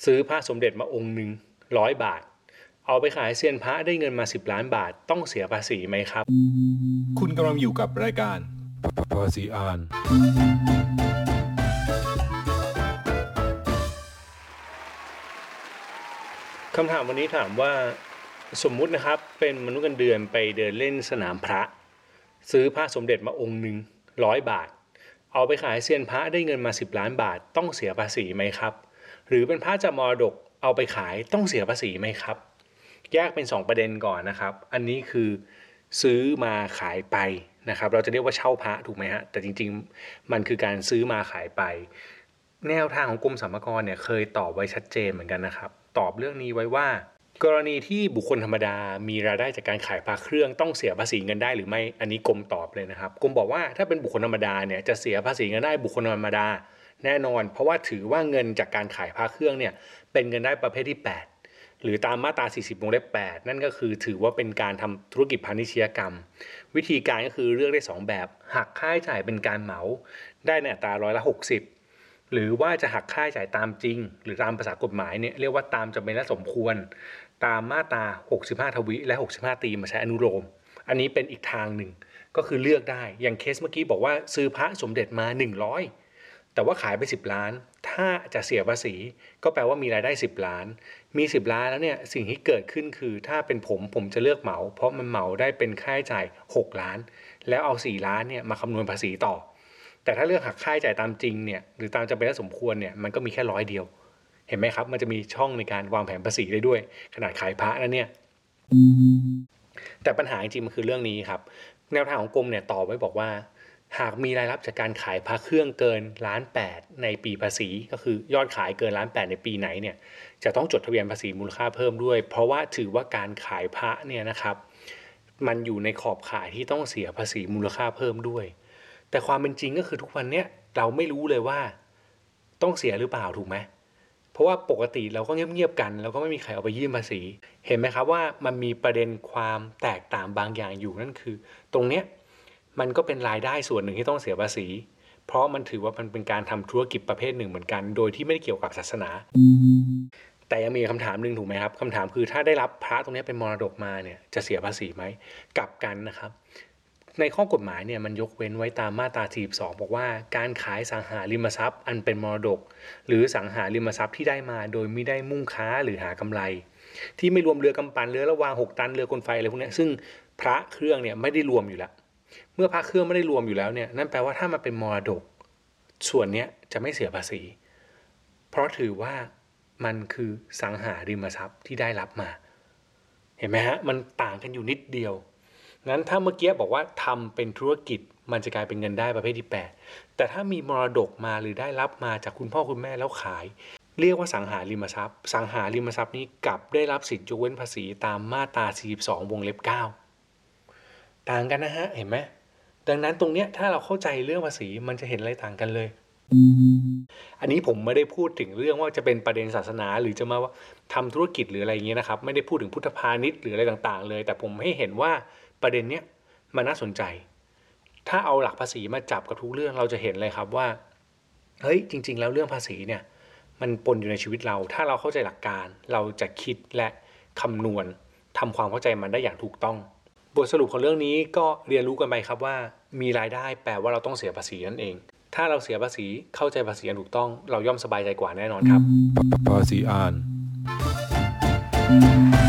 ซื้อพระสมเด็จมาองค์หนึ่ง100 บาทเอาไปขายเซียนพระได้เงินมา10 ล้านบาทต้องเสียภาษีไหมครับคุณกำลังอยู่กับรายการภาษีอ่านคำถามวันนี้ถามว่าสมมุตินะครับเป็นมนุษย์เงินเดือนไปเดินเล่นสนามพระซื้อพระสมเด็จมาองค์หนึ่ง100 บาทเอาไปขายเซียนพระได้เงินมา10 ล้านบาทต้องเสียภาษีไหมครับหรือเป็นพระจากมรดกเอาไปขายต้องเสียภาษีไหมครับแยกเป็น2ประเด็นก่อนนะครับอันนี้คือซื้อมาขายไปนะครับเราจะเรียกว่าเช่าพระถูกไหมฮะแต่จริงๆมันคือการซื้อมาขายไปแนวทางของกรมสรรพากรเนี่ยเคยตอบไว้ชัดเจนเหมือนกันนะครับตอบเรื่องนี้ไว้ว่ากรณีที่บุคคลธรรมดามีรายได้จากการขายพระเครื่องต้องเสียภาษีเงินได้หรือไม่อันนี้กรมตอบเลยนะครับกรมบอกว่าถ้าเป็นบุคคลธรรมดาเนี่ยจะเสียภาษีเงินได้บุคคลธรรมดาแน่นอนเพราะว่าถือว่าเงินจากการขายพระเครื่องเนี่ยเป็นเงินได้ประเภทที่8หรือตามมาตรา40 วงเล็บ 8นั่นก็คือถือว่าเป็นการทำธุรกิจพาณิชยกรรมวิธีการก็คือเลือกได้2แบบหักค่าใช้จ่ายเป็นการเหมาได้ในอัตรา60%หรือว่าจะหักค่าใช้จ่ายตามจริงหรือตามภาษากฎหมายเนี่ยเรียกว่าตามจำเป็นและสมควรตามมาตรา65 ทวิและ65 ตรีมาใช้อนุโลมอันนี้เป็นอีกทางหนึ่งก็คือเลือกได้อย่างเคสเมื่อกี้บอกว่าซื้อพระสมเด็จมา100แต่ว่าขายไป10 ล้านถ้าจะเสียภาษีก็แปลว่ามีรายได้10 ล้านมี10 ล้านแล้วเนี่ยสิ่งที่เกิดขึ้นคือถ้าเป็นผมจะเลือกเหมาเพราะมันเหมาได้เป็นค่าใช้จ่าย6 ล้านแล้วเอา4 ล้านเนี่ยมาคำนวณภาษีต่อแต่ถ้าเลือกหักค่าใช้จ่ายตามจริงเนี่ยหรือตามจำเป็นและสมควรเนี่ยมันก็มีแค่100 เดียวเห็นไหมครับมันจะมีช่องในการวางแผนภาษีได้ด้วยขนาดขายพระแล้วเนี่ยแต่ปัญหาจริงๆมันคือเรื่องนี้ครับแนวทางของกรมเนี่ยตอบไว้บอกว่าหากมีรายรับจากการขายพระเครื่องเกิน1.8 ล้านในปีภาษีก็คือยอดขายเกิน1.8 ล้านในปีไหนเนี่ยจะต้องจดทะเบียนภาษีมูลค่าเพิ่มด้วยเพราะว่าถือว่าการขายพระเนี่ยนะครับมันอยู่ในขอบข่ายที่ต้องเสียภาษีมูลค่าเพิ่มด้วยแต่ความเป็นจริงก็คือทุกวันเนี้ยเราไม่รู้เลยว่าต้องเสียหรือเปล่าถูกไหมเพราะว่าปกติเราก็เงียบๆกันแล้วก็ไม่มีใครเอาไปยื่นภาษีเห็นไหมครับว่ามันมีประเด็นความแตกต่างบางอย่างอยู่นั่นคือตรงเนี้ยมันก็เป็นรายได้ส่วนหนึ่งที่ต้องเสียภาษีเพราะมันถือว่ามันเป็นการทำธุรกิจประเภทหนึ่งเหมือนกันโดยที่ไม่ได้เกี่ยวกับศาสนาแต่ยังมีคำถามนึงถูกไหมครับคำถามคือถ้าได้รับพระตรงนี้เป็นมรดกมาเนี่ยจะเสียภาษีไหมกลับกันนะครับในข้อกฎหมายเนี่ยมันยกเว้นไว้ตามมาตรา42บอกว่าการขายสังหาริมทรัพย์อันเป็นมรดกหรือสังหาริมทรัพย์ที่ได้มาโดยไม่ได้มุ่งค้าหรือหากำไรที่ไม่รวมเรือกำปั่นเรือระวาง6 ตันเรือกลไฟอะไรพวกนี้ซึ่งพระเครื่องเนี่ยไม่ได้รวมอยู่แล้วเมื่อพระเครื่องไม่ได้รวมอยู่แล้วเนี่ยนั่นแปลว่าถ้ามันเป็นมรดกส่วนนี้จะไม่เสียภาษีเพราะถือว่ามันคือสังหาริมทรัพย์ที่ได้รับมาเห็นไหมฮะมันต่างกันอยู่นิดเดียวงั้นถ้าเมื่อกี้บอกว่าทำเป็นธุรกิจมันจะกลายเป็นเงินได้ประเภทที่8แต่ถ้ามีมรดกมาหรือได้รับมาจากคุณพ่อคุณแม่แล้วขายเรียกว่าสังหาริมทรัพย์สังหาริมทรัพย์นี้กลับได้รับสิทธิยกเว้นภาษีตามมาตรา42 วงเล็บ 9ต่างกันนะฮะเห็นไหมดังนั้นตรงเนี้ยถ้าเราเข้าใจเรื่องภาษีมันจะเห็นอะไรต่างกันเลยอันนี้ผมไม่ได้พูดถึงเรื่องว่าจะเป็นประเด็นศาสนาหรือจะมาทำธุรกิจหรืออะไรอย่างเงี้ยนะครับไม่ได้พูดถึงพุทธพาณิชย์หรืออะไรต่างๆเลยแต่ผมให้เห็นว่าประเด็นเนี้ยมันน่าสนใจถ้าเอาหลักภาษีมาจับกับทุกเรื่องเราจะเห็นเลยครับว่าเฮ้ยจริงๆแล้วเรื่องภาษีเนี่ยมันปนอยู่ในชีวิตเราถ้าเราเข้าใจหลักการเราจะคิดและคำนวณทำความเข้าใจมันได้อย่างถูกต้องบทสรุปของเรื่องนี้ก็เรียนรู้กันไปครับว่ามีรายได้แปลว่าเราต้องเสียภาษีนั่นเองถ้าเราเสียภาษีเข้าใจภาษีอย่างถูกต้องเราย่อมสบายใจกว่าแน่นอนครับภาษีอ่าน